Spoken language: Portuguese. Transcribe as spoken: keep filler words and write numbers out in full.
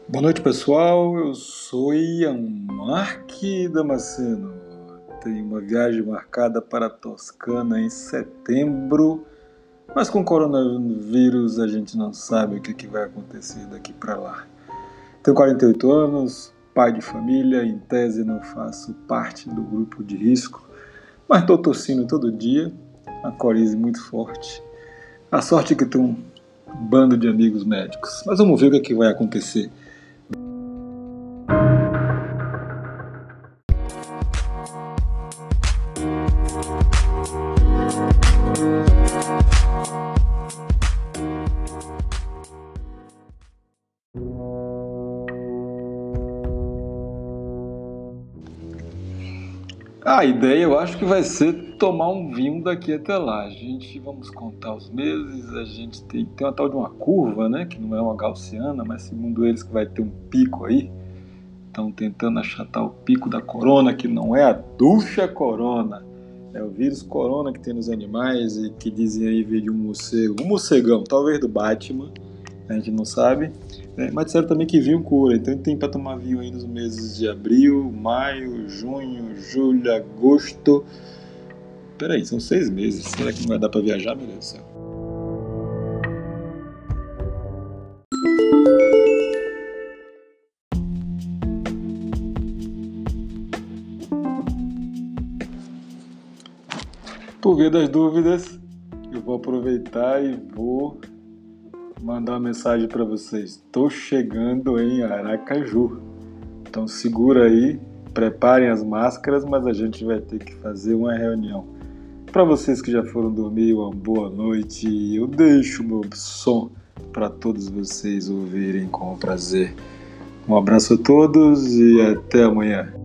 Boa noite, pessoal. Eu sou Ian Mark Damasceno. Tenho uma viagem marcada para a Toscana em setembro, mas com coronavírus a gente não sabe o que, que vai acontecer daqui para lá. Tenho quarenta e oito anos, pai de família, em tese não faço parte do grupo de risco, mas estou tossindo todo dia, a coriza muito forte. A sorte é que tem um bando de amigos médicos, mas vamos ver o que, que vai acontecer. A ideia eu acho que vai ser tomar um vinho daqui até lá. A gente, vamos contar os meses, a gente tem, tem uma tal de uma curva, né, que não é uma gaussiana, mas segundo eles que vai ter um pico aí. Estão tentando achatar o pico da corona, que não é a ducha corona, é o vírus corona que tem nos animais e que dizem aí veio de um morcego, um morcegão, talvez do Batman, a gente não sabe, né? Mas disseram também que vinho cura, então tem para tomar vinho aí nos meses de abril, maio, junho, julho, agosto. Peraí, são seis meses, será que não vai dar para viajar, meu Deus do céu? Por via das dúvidas, eu vou aproveitar e vou mandar uma mensagem para vocês. Estou chegando em Aracaju. Então segura aí, preparem as máscaras, mas a gente vai ter que fazer uma reunião. Para vocês que já foram dormir, uma boa noite. Eu deixo meu som para todos vocês ouvirem com prazer. Um abraço a todos e até amanhã.